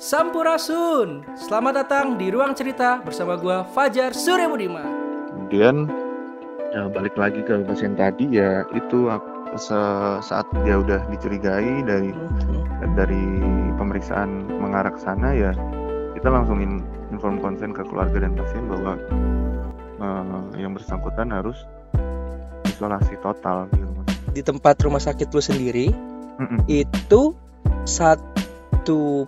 Sampurasun. Selamat datang di Ruang Cerita bersama gua Fajar Surya Budiman. Kemudian balik lagi ke pasien tadi ya, itu saat dia udah dicurigai dari pemeriksaan mengarah ke sana ya, kita langsung inform konsen ke keluarga dan pasien bahwa yang bersangkutan harus isolasi total di rumah. Di tempat rumah sakit lu sendiri itu satu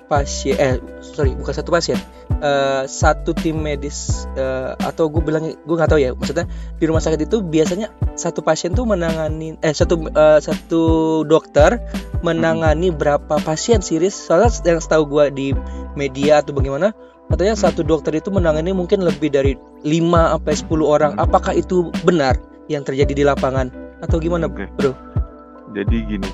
tim medis atau gue nggak tahu ya, maksudnya di rumah sakit itu biasanya satu pasien tuh menangani satu dokter menangani berapa pasien sih, Riz? Soalnya yang setahu gue di media atau bagaimana katanya satu dokter itu menangani mungkin lebih dari 5 sampai 10 orang. Apakah itu benar yang terjadi di lapangan atau gimana, Bro? Jadi gini,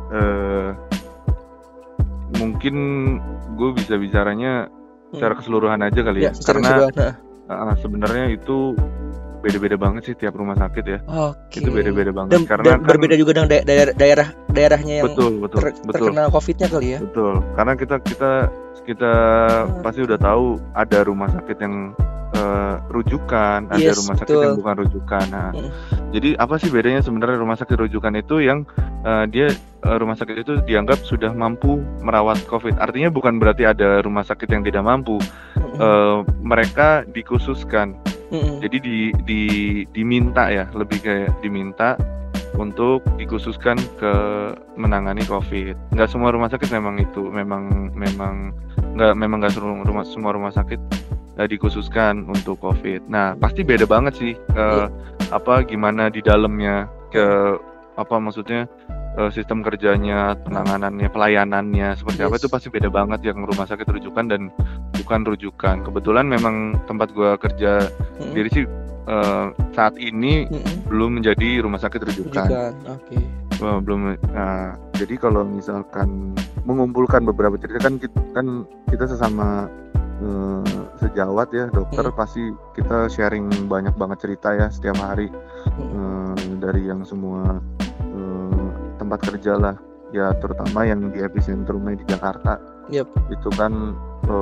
mungkin gue bisa bicaranya secara keseluruhan aja kali ya, karena sebenarnya itu beda-beda banget sih tiap rumah sakit ya. Oke. Itu beda-beda banget dan berbeda juga dengan daerahnya yang betul. terkena COVID-nya kali ya. Betul, karena kita pasti udah tahu ada rumah sakit yang rujukan, ada rumah sakit yang bukan rujukan. Nah, jadi apa sih bedanya sebenarnya rumah sakit rujukan itu yang rumah sakit itu dianggap sudah mampu merawat COVID. Artinya bukan berarti ada rumah sakit yang tidak mampu. Mereka dikhususkan. Jadi diminta ya, lebih kayak diminta untuk dikhususkan ke menangani COVID. Nggak semua rumah sakit memang nggak semua rumah sakit dikhususkan untuk COVID. Nah, pasti beda banget sih gimana di dalamnya, maksudnya sistem kerjanya, penanganannya, pelayanannya seperti apa, itu pasti beda banget yang rumah sakit rujukan dan bukan rujukan. Kebetulan memang tempat gua kerja sendiri sih saat ini belum menjadi rumah sakit rujukan. Okay. Belum. Nah, jadi kalau misalkan mengumpulkan beberapa cerita kan kita sesama sejawat ya dokter, pasti kita sharing banyak banget cerita ya setiap hari, dari yang semua tempat kerja lah ya, terutama yang di epicentrumnya di Jakarta. Itu kan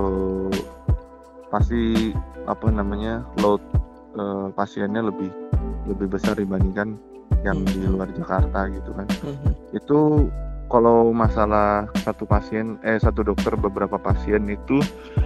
pasti load pasiennya lebih besar dibandingkan yang di luar Jakarta gitu kan. Itu kalau masalah satu dokter beberapa pasien itu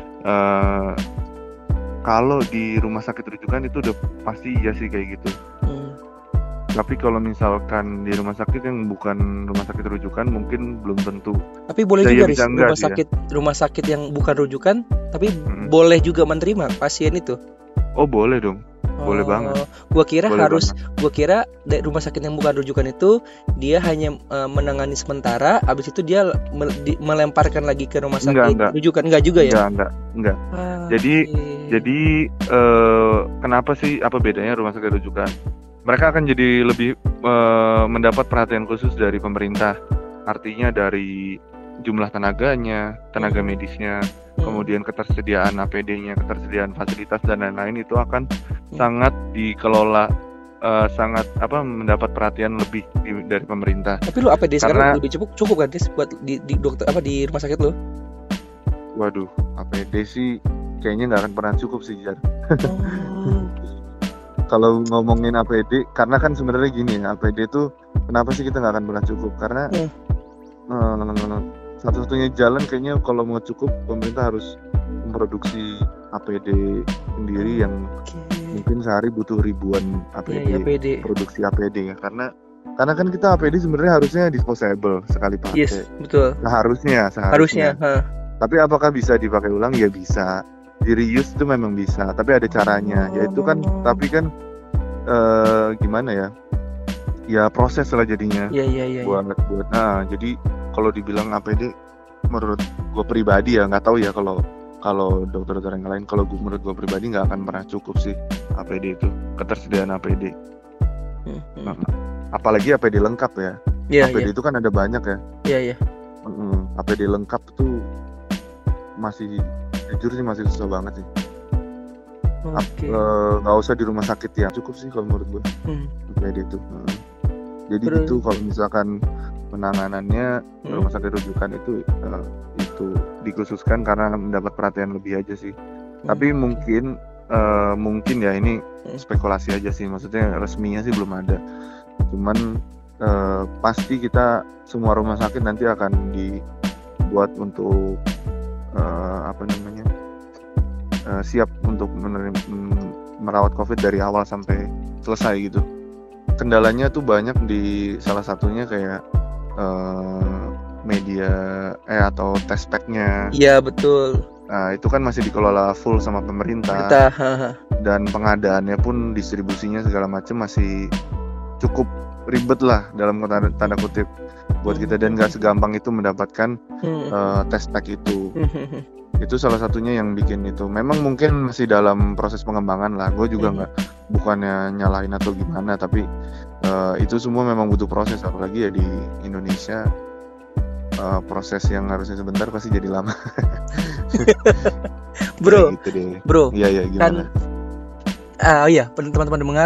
kalau di rumah sakit rujukan itu udah pasti iya sih kayak gitu. Tapi kalau misalkan di rumah sakit yang bukan rumah sakit rujukan mungkin belum tentu. Tapi boleh juga rumah sakit yang bukan rujukan tapi boleh juga menerima pasien itu. Oh, boleh dong. Boleh banget. Gua kira rumah sakit yang bukan rujukan itu dia hanya menangani sementara, habis itu dia melemparkan lagi ke rumah sakit rujukan. Enggak juga ya? Enggak. Jadi kenapa sih, apa bedanya rumah sakit rujukan? Mereka akan jadi lebih mendapat perhatian khusus dari pemerintah. Artinya dari jumlah tenaganya, tenaga medisnya, kemudian ketersediaan APD-nya, ketersediaan fasilitas dan lain-lain itu akan sangat dikelola, mendapat perhatian lebih dari pemerintah. Tapi lu APD sekarang lebih cukup kan, Dis, buat di dokter di rumah sakit lu? Waduh, APD sih kayaknya nggak akan pernah cukup sih, Jar. Kalau ngomongin APD, karena kan sebenarnya gini ya, APD itu kenapa sih kita nggak akan pernah cukup? Karena satu-satunya jalan kayaknya kalau mau cukup, pemerintah harus memproduksi APD sendiri yang mungkin sehari butuh ribuan APD. Produksi APD ya, karena kan kita APD sebenarnya harusnya disposable sekali pakai. Yes, betul. Nah, harusnya. Tapi apakah bisa dipakai ulang? Ya bisa. Di reuse itu memang bisa, tapi ada caranya. Yaitu kan, tapi kan gimana ya? Ya proses lah jadinya. Iya. Buat. Nah, jadi kalau dibilang APD, menurut gue pribadi ya, nggak tahu ya kalau dokter-dokter yang lain, menurut gue pribadi nggak akan pernah cukup sih APD itu, ketersediaan APD. Nah, apalagi APD lengkap ya. APD itu kan ada banyak ya. Iya. APD lengkap itu jujur sih masih susah banget sih. Nggak usah di rumah sakit ya, cukup sih kalau menurut gue APD itu. Jadi gitu, kalau misalkan penanganannya rumah sakit rujukan itu dikhususkan karena mendapat perhatian lebih aja sih. Tapi mungkin ya ini spekulasi aja sih, maksudnya resminya sih belum ada. Cuman pasti kita semua rumah sakit nanti akan dibuat untuk siap untuk merawat COVID dari awal sampai selesai gitu. Kendalanya tuh banyak, di salah satunya kayak media atau test pack-nya. Iya betul. Nah, itu kan masih dikelola full sama pemerintah. Dan pengadaannya pun, distribusinya segala macam masih cukup ribet lah dalam tanda kutip buat kita, dan gak segampang itu mendapatkan test pack itu. Itu salah satunya yang bikin itu. Memang mungkin masih dalam proses pengembangan lah. Gue juga bukannya nyalahin atau gimana, tapi itu semua memang butuh proses, apalagi ya di Indonesia. Proses yang harusnya sebentar pasti jadi lama. Bro, gitu deh. Bro. Iya gimana? Kan, teman-teman dengar,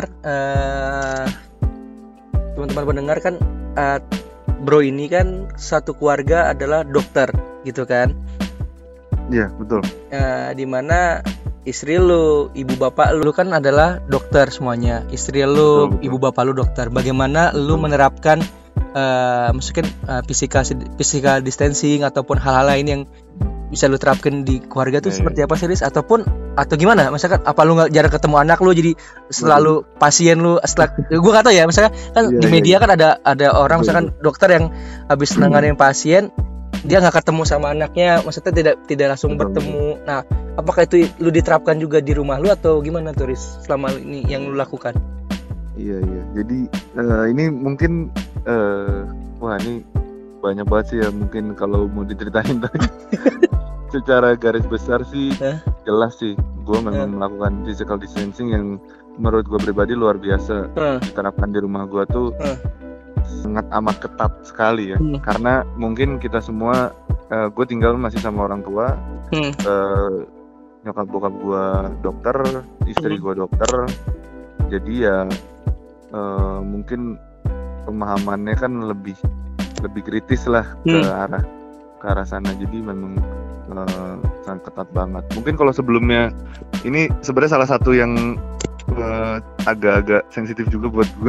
kan, bro ini kan satu keluarga adalah dokter, gitu kan? Iya betul. Dimana istri lu, ibu bapak lu kan adalah dokter semuanya. Istri lu, betul. Ibu bapak lu dokter. Bagaimana lu menerapkan mungkin physical distancing ataupun hal-hal lain yang bisa lu terapkan di keluarga tuh seperti apa sih, Riz? Atau gimana? Misalkan apa lu nggak jarang ketemu anak lu, jadi selalu pasien lu gue nggak tahu ya, misalkan kan di media kan ada orang misalkan dokter yang habis nanganin pasien dia nggak ketemu sama anaknya, maksudnya tidak langsung bertemu. Nah, apakah itu lu diterapkan juga di rumah lu atau gimana tuh, Riz, selama ini yang lu lakukan? Iya. Jadi ini mungkin ini banyak banget sih ya, mungkin kalau mau diceritain tadi. Secara garis besar sih jelas sih gue memang melakukan physical distancing yang menurut gue pribadi luar biasa diterapkan di rumah gue tuh. Sangat amat ketat sekali ya. Karena mungkin kita semua, gue tinggal masih sama orang tua, nyokap bokap gue dokter, istri gue dokter, jadi ya mungkin pemahamannya kan lebih kritis lah ke arah sana. Jadi memang sangat ketat banget. Mungkin kalau sebelumnya, ini sebenarnya salah satu yang agak-agak sensitif juga buat gue.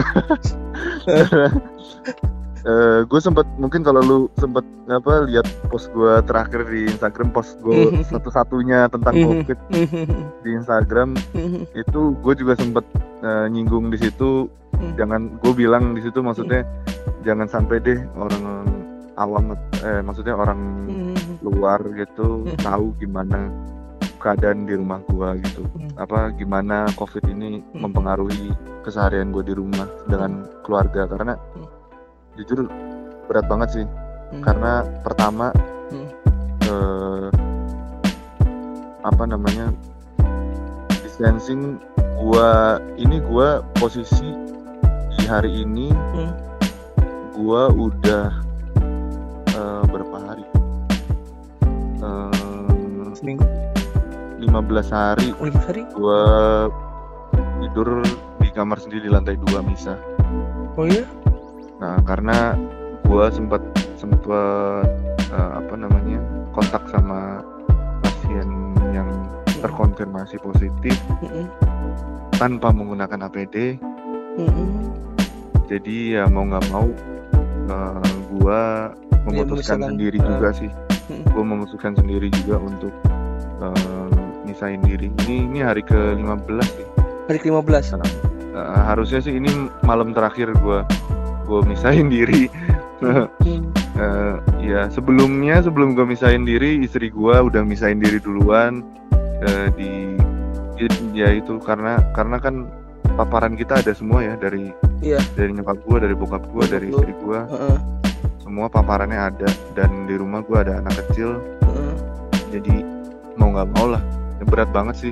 Gue sempat, mungkin kalau lu sempat lihat post gue terakhir di Instagram, post gue satu-satunya tentang COVID di Instagram, itu gue juga sempat nyinggung di situ. Jangan, gue bilang di situ maksudnya jangan sampai deh orang awam, maksudnya orang luar gitu tahu gimana keadaan di rumah gue gitu, gimana COVID ini mempengaruhi keseharian gue di rumah dengan keluarga. Karena jujur berat banget sih. Karena pertama distancing gue posisi di hari ini gue udah berapa hari? Seminggu? 15 hari. Gue tidur di kamar sendiri di lantai 2 misah. Oh iya? Nah, karena gue sempat kontak sama pasien yang terkonfirmasi positif tanpa menggunakan APD. Jadi ya mau nggak mau gue memutuskan sendiri juga sih. Gue memutuskan sendiri juga untuk misahin diri. Ini hari ke-15 sih. Hari ke-15. Harusnya sih ini malam terakhir gue misahin diri. Ya sebelum gue misahin diri, istri gue udah misahin diri duluan. Ya itu karena kan paparan kita ada semua ya, dari nyokap gue, dari bokap gue, dari istri gue. Semua paparannya ada, dan di rumah gue ada anak kecil. Jadi mau nggak mau lah, berat banget.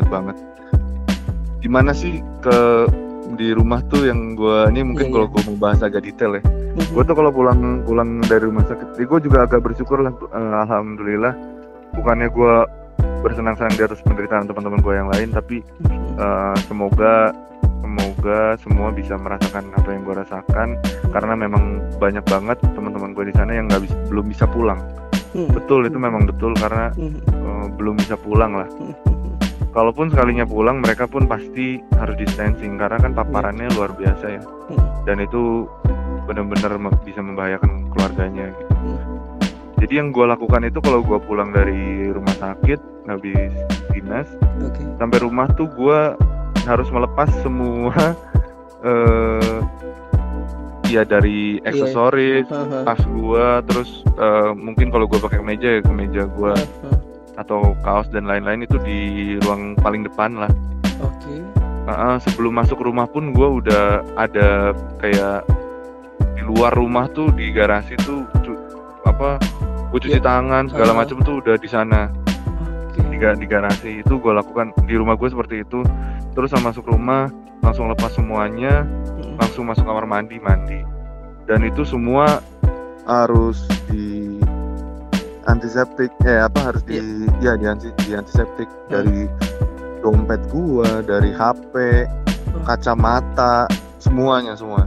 Gimana sih di rumah tuh yang gue ini mungkin kalau gue mau bahas agak detail ya. Gue tuh kalau pulang dari rumah sakit, gue juga agak bersyukur lah, alhamdulillah. Bukannya gue bersenang-senang di atas penderitaan teman-teman gue yang lain, tapi semoga semoga semua bisa merasakan apa yang gue rasakan, karena memang banyak banget teman-teman gue di sana yang belum bisa pulang. Betul, itu memang betul, karena belum bisa pulang lah. Kalaupun sekalinya pulang, mereka pun pasti harus distancing karena kan paparannya luar biasa ya. Dan itu benar-benar bisa membahayakan keluarganya gitu. Jadi yang gue lakukan itu kalau gue pulang dari rumah sakit habis dinas, sampai rumah tuh gue harus melepas semua ya dari aksesoris, tas gue, terus mungkin kalau gue pakai kemeja gue atau kaos dan lain-lain itu di ruang paling depan lah. Sebelum masuk rumah pun gue udah ada kayak di luar rumah tuh, di garasi tuh gue cuci tangan segala macam tuh udah di sana. Di garasi itu gue lakukan, di rumah gue seperti itu. Terus masuk rumah langsung lepas semuanya, langsung masuk kamar mandi, dan itu semua harus di antiseptik, harus di antiseptik. Dari dompet gua, dari HP, kacamata, semuanya semua.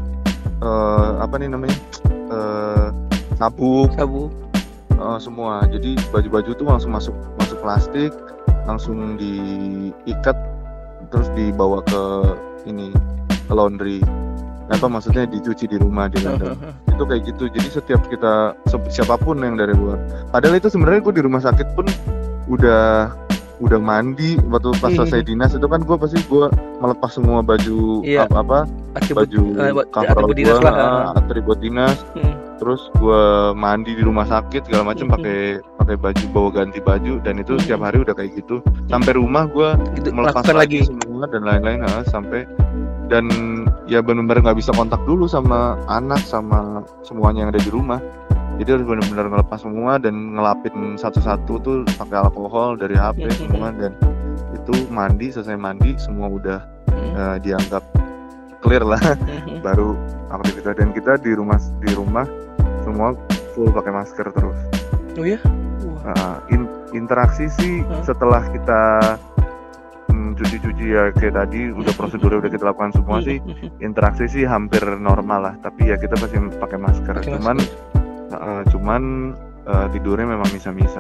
Sabuk. Semua. Jadi baju-baju tuh langsung masuk plastik, langsung diikat, terus dibawa ke laundry. Maksudnya dicuci di rumah, di ladang. Itu kayak gitu. Jadi setiap siapapun yang dari luar. Padahal itu sebenarnya gue di rumah sakit pun udah mandi waktu pas selesai dinas itu kan gue melepas semua baju baju coverall gue, atribut dinas. Terus gue mandi di rumah sakit segala macam pakai baju, bawa ganti baju, dan itu setiap hari udah kayak gitu. Sampai rumah gue melepas lagi semua dan lain-lain sampai, dan ya benar-benar nggak bisa kontak dulu sama anak sama semuanya yang ada di rumah. Jadi harus benar-benar ngelepas semua dan ngelapin satu-satu tuh pakai alkohol dari HP semua, dan itu selesai mandi semua udah dianggap clear lah. Baru aktivitas, dan kita di rumah semua full pakai masker terus. Oh ya? Interaksi sih setelah kita cuci-cuci ya kayak tadi udah prosedurnya udah kita lakukan semua sih, interaksi sih hampir normal lah, tapi ya kita pasti pakai masker. Cuman tidurnya memang misa-misa.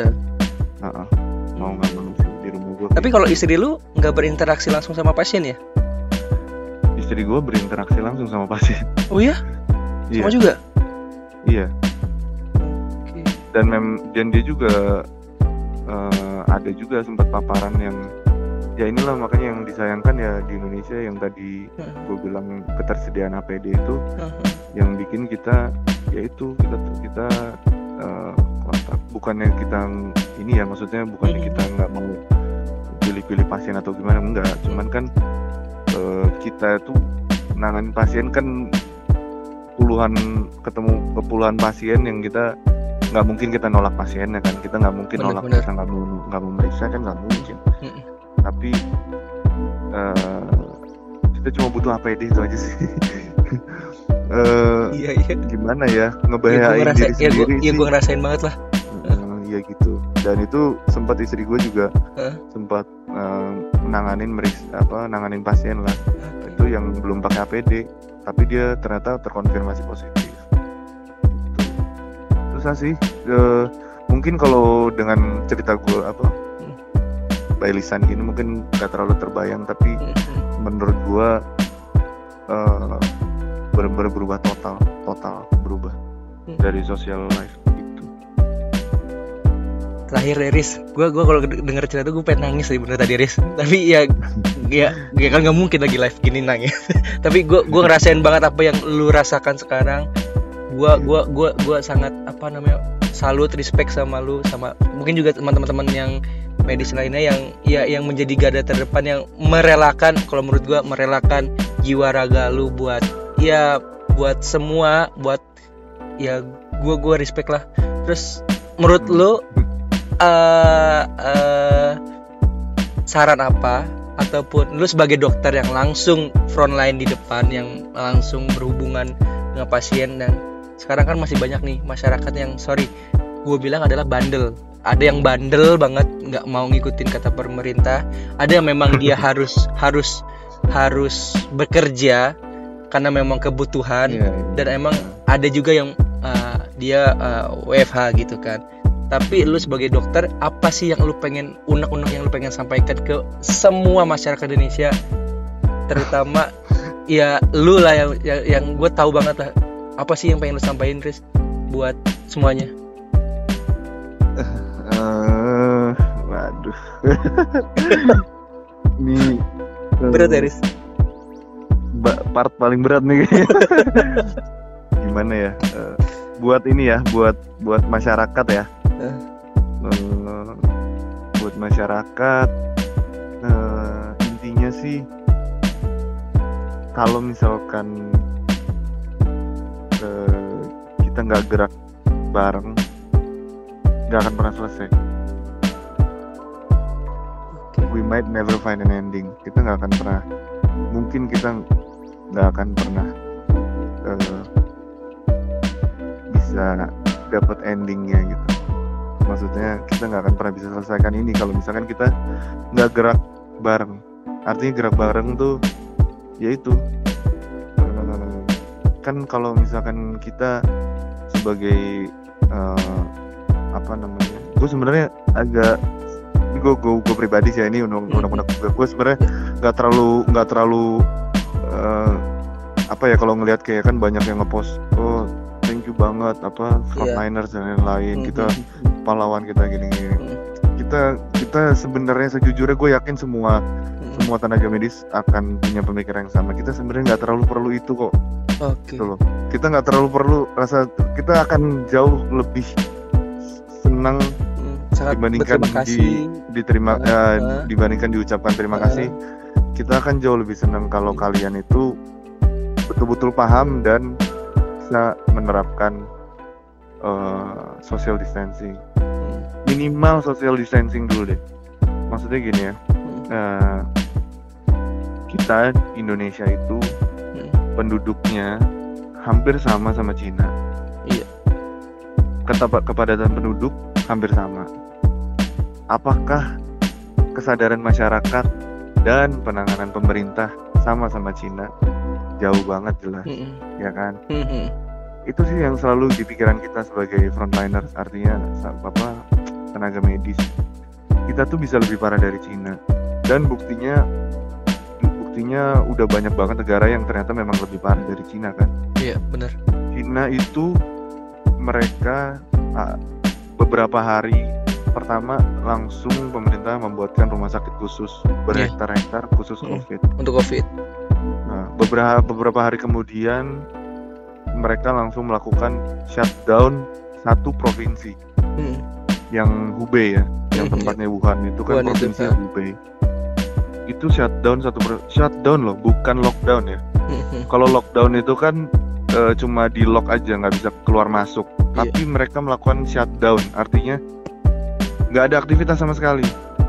Mau nggak mau sih di rumah gue. Tapi kalau istri lu nggak berinteraksi langsung sama pasien ya? Istri gue berinteraksi langsung sama pasien. Oh ya? Sama juga? Iya. Dan dia juga ada juga sempat paparan yang ya inilah, makanya yang disayangkan ya di Indonesia yang tadi gue bilang ketersediaan APD itu yang bikin kita yaitu kita kontak, bukannya kita ini ya, maksudnya bukannya kita nggak mau pilih-pilih pasien atau gimana, enggak, cuman kan kita tuh nanganin pasien kan puluhan pasien yang kita nggak mungkin kita nolak pasiennya kan, kita nggak mungkin nolak, kita nggak mau meriksa kan, nggak mungkin. Tapi kita cuma butuh APD itu aja sih. Gimana ya, ngebahayain diri sendiri sih. Iya, gue ngerasain banget lah. Iya gitu. Dan itu sempat istri gue juga sempat nanganin pasien lah. Itu yang belum pakai APD, tapi dia ternyata terkonfirmasi positif. Susah sih. Mungkin kalau dengan cerita gue by lisan gini mungkin gak terlalu terbayang, tapi menurut gue benar-benar berubah total berubah dari social life gitu. Terakhir deh, Riz, gue kalau denger cerita gue pengen nangis sih bener tadi, Riz. Tapi ya kan nggak mungkin lagi live gini nangis. Tapi gue ngerasain banget apa yang lu rasakan sekarang. Gue sangat salut, respect sama lu, sama mungkin juga teman-teman yang medis lainnya yang menjadi garda terdepan, yang merelakan, kalau menurut gue merelakan jiwa raga lu buat semua, buat ya gue respect lah. Terus menurut lu saran apa, ataupun lu sebagai dokter yang langsung frontline di depan, yang langsung berhubungan dengan pasien, dan sekarang kan masih banyak nih masyarakat yang gue bilang adalah bandel. Ada yang bandel banget, nggak mau ngikutin kata pemerintah. Ada yang memang dia harus harus bekerja karena memang kebutuhan, dan emang ada juga yang dia WFH gitu kan. Tapi lu sebagai dokter, apa sih yang lu pengen, unek-unek yang lu pengen sampaikan ke semua masyarakat Indonesia, terutama ya lu lah yang gue tahu banget lah, apa sih yang pengen lu sampaikan, Riz, buat semuanya? Waduh. Ini berat ya, Riz? Part paling berat nih. Gimana ya? Buat ini ya, buat masyarakat ya. Buat masyarakat, intinya sih, kalau misalkan kita nggak gerak bareng, nggak akan pernah selesai. We might never find an ending. Kita nggak akan pernah, mungkin kita nggak akan pernah bisa dapat endingnya gitu. Maksudnya kita nggak akan pernah bisa selesaikan ini kalau misalkan kita nggak gerak bareng. Artinya gerak bareng tuh yaitu kan kalau misalkan kita sebagai gue sebenarnya agak gue pribadi sih, ini undang-undang gue sebenarnya nggak terlalu kalau ngelihat kayak kan banyak yang ngepost, oh thank you banget frontliners dan lain-lain, kita pahlawan kita gini-gini. Kita sebenarnya sejujurnya gue yakin semua tenaga medis akan punya pemikiran yang sama. Kita sebenarnya nggak terlalu perlu itu kok. Gitu loh. Kita nggak terlalu perlu kita akan jauh lebih senang dibandingkan dibandingkan diucapkan terima kasih. Kita akan jauh lebih senang kalau kalian itu betul-betul paham dan bisa menerapkan social distancing. Minimal social distancing dulu deh. Maksudnya gini ya, kita Indonesia itu penduduknya hampir sama Cina. Iya. Kepadatan penduduk hampir sama. Apakah kesadaran masyarakat dan penanganan pemerintah sama Cina? Jauh banget jelas, ya kan? Itu sih yang selalu di pikiran kita sebagai frontliners, artinya tenaga medis. Kita tuh bisa lebih parah dari Cina, dan buktinya udah banyak banget negara yang ternyata memang lebih parah dari Cina kan? Iya benar. Cina itu mereka beberapa hari pertama langsung pemerintah membuatkan rumah sakit khusus berhektar-hektar khusus COVID. Untuk COVID. Nah, beberapa hari kemudian mereka langsung melakukan shutdown satu provinsi, yang Hubei ya, yang tempatnya Wuhan itu kan provinsi Hubei. Itu shutdown loh, bukan lockdown ya. Kalau lockdown itu kan cuma di lock aja, nggak bisa keluar masuk. Tapi mereka melakukan shutdown, artinya nggak ada aktivitas sama sekali.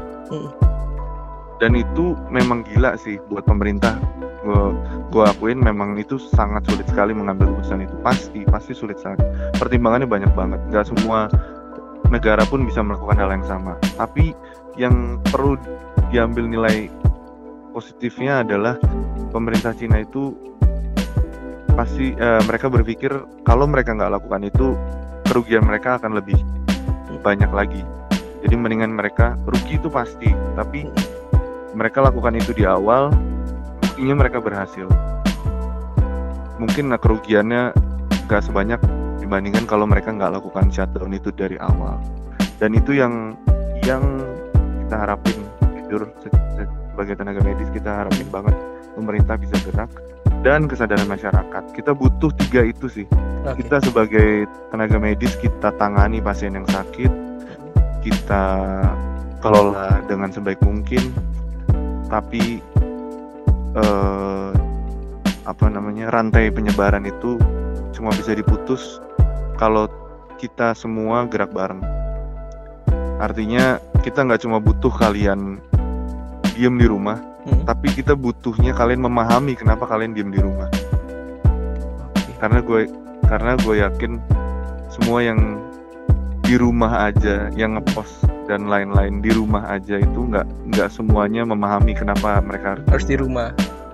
Dan itu memang gila sih buat pemerintah. Gue akuin memang itu sangat sulit sekali mengambil keputusan itu. Pasti sulit sekali. Pertimbangannya banyak banget. Nggak semua negara pun bisa melakukan hal yang sama. Tapi yang perlu diambil nilai positifnya adalah pemerintah Cina itu pasti mereka berpikir kalau mereka nggak lakukan itu, kerugian mereka akan lebih banyak lagi. Jadi mendingan mereka rugi itu pasti, tapi mereka lakukan itu di awal, buktinya mereka berhasil. Mungkin kerugiannya nggak sebanyak dibandingkan kalau mereka nggak lakukan shutdown itu dari awal. Dan itu yang kita harapin, jujur sebagai tenaga medis kita harapin banget pemerintah bisa gerak dan kesadaran masyarakat. Kita butuh 3 itu sih. Kita sebagai tenaga medis, kita tangani pasien yang sakit, kita kelola dengan sebaik mungkin, tapi rantai penyebaran itu cuma bisa diputus kalau kita semua gerak bareng. Artinya kita nggak cuma butuh kalian diem di rumah, tapi kita butuhnya kalian memahami kenapa kalian diem di rumah. Karena gue yakin semua yang di rumah aja, yang ngepost dan lain-lain di rumah aja itu nggak semuanya memahami kenapa mereka harus di rumah.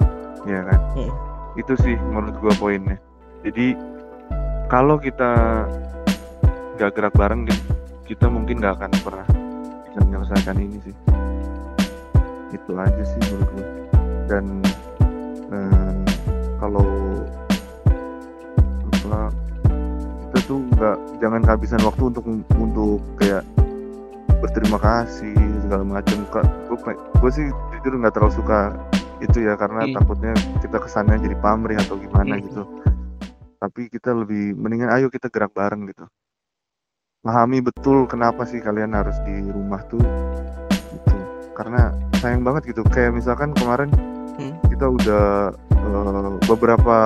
ya kan? Itu sih menurut gua poinnya. Jadi kalau kita nggak gerak bareng, kita mungkin nggak akan pernah bisa menyelesaikan ini sih. Itu aja sih menurut gua. Dan kalau apa, kita tuh jangan kehabisan waktu untuk kayak berterima kasih segala macam. Gue sih jujur nggak terlalu suka itu ya, karena takutnya kita kesannya jadi pamrih atau gimana gitu. Tapi kita lebih mendingan ayo kita gerak bareng gitu. Pahami betul kenapa sih kalian harus di rumah tuh gitu. Karena sayang banget gitu. Kayak misalkan kemarin kita udah beberapa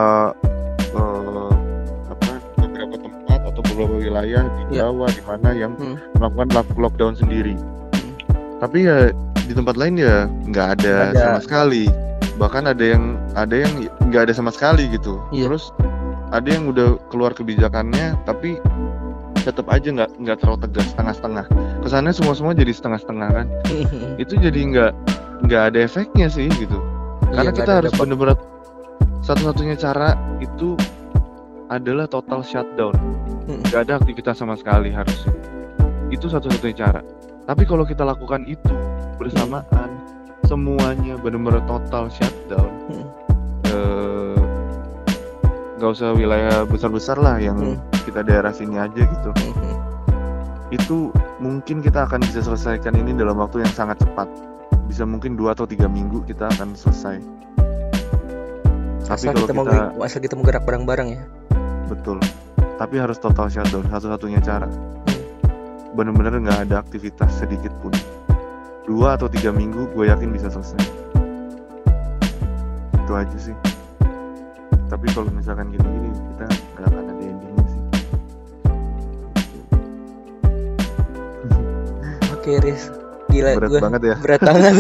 tempat atau beberapa wilayah di Jawa di mana yang melakukan lockdown sendiri. Tapi ya di tempat lain ya nggak ada sama sekali. Bahkan ada yang nggak ada sama sekali gitu. Terus ada yang udah keluar kebijakannya tapi tetap aja nggak terlalu tegas, setengah-setengah. Kesannya semua jadi setengah-setengah kan. Itu jadi nggak ada efeknya sih gitu. Karena kita harus benar-benar, satu-satunya cara itu adalah total shutdown. Nggak ada aktivitas sama sekali harusnya. Itu satu-satunya cara. Tapi kalau kita lakukan itu bersamaan, semuanya benar-benar total shutdown, nggak usah wilayah besar-besar lah, yang kita daerah sini aja gitu. Itu mungkin kita akan bisa selesaikan ini dalam waktu yang sangat cepat. Bisa mungkin 2 atau 3 minggu kita akan selesai. Tapi kalau asal kita mau gerak bareng-bareng ya. Betul. Tapi harus total shutdown, satu-satunya cara. Benar-benar nggak ada aktivitas sedikit pun. 2 atau 3 minggu gue yakin bisa selesai. Itu aja sih. Tapi kalau misalkan gini-gini kita nggak akan ada endingnya sih. Oke, Riz. Gila, berat banget ya. Berat banget.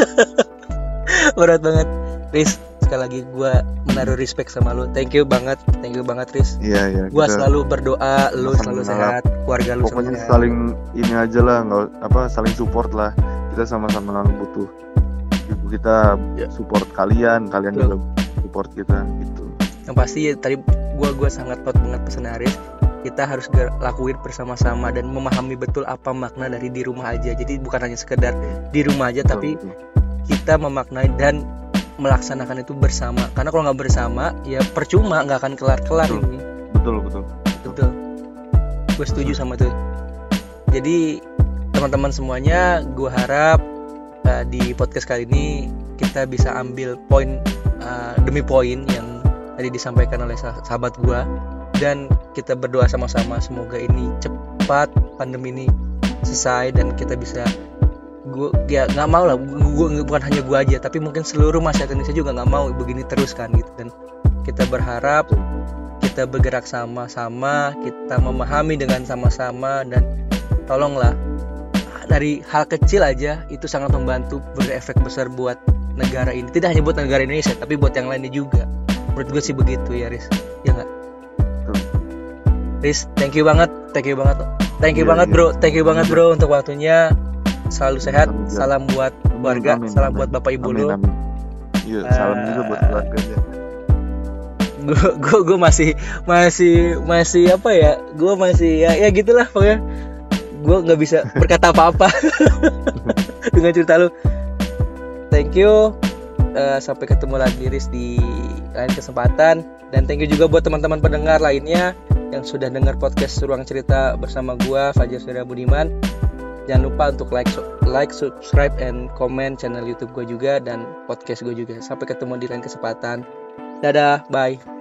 Berat banget. Riz, sekali lagi gue menaruh respect sama lu. Thank you banget Riz. Iya. Gue selalu berdoa lu selalu sehat, keluarga lu pokoknya sehat. Saling ini aja lah, saling support lah. Kita sama-sama butuh. Kita support kalian juga support kita gitu. Yang pasti tadi gue sangat not banget pesan Riz. Kita harus lakuin bersama-sama dan memahami betul apa makna dari di rumah aja. Jadi bukan hanya sekedar di rumah aja, tapi kita memaknai dan melaksanakan itu bersama. Karena kalau nggak bersama, ya percuma, nggak akan kelar-kelar ini. Betul. Gue setuju sama itu. Jadi teman-teman semuanya, gue harap di podcast kali ini kita bisa ambil poin demi poin yang tadi disampaikan oleh sahabat gue. Dan kita berdoa sama-sama semoga ini cepat pandemi ini selesai dan kita bisa, gue ya nggak mau lah, gue bukan hanya gue aja tapi mungkin seluruh masyarakat Indonesia juga nggak mau begini terus kan gitu. Dan kita berharap kita bergerak sama-sama, kita memahami dengan sama-sama, dan tolonglah dari hal kecil aja itu sangat membantu, berefek besar buat negara ini. Tidak hanya buat negara Indonesia tapi buat yang lainnya juga. Menurut gue sih begitu ya, Riz. Ya nggak? Riz, thank you banget bro, untuk waktunya. Selalu sehat, salam buat keluarga, salam buat bapak ibu lu. Iya, salam juga buat keluarganya. Gue masih apa ya? Gue masih ya gitulah pokoknya. Gue nggak bisa berkata apa-apa dengan cerita lu. Thank you. Sampai ketemu lagi Riz di lain kesempatan. Dan thank you juga buat teman-teman pendengar lainnya yang sudah dengar podcast Ruang Cerita bersama gua Fajar Surya Budiman. Jangan lupa untuk like, subscribe, and comment channel YouTube gua juga dan podcast gua juga. Sampai ketemu di lain kesempatan. Dadah, bye.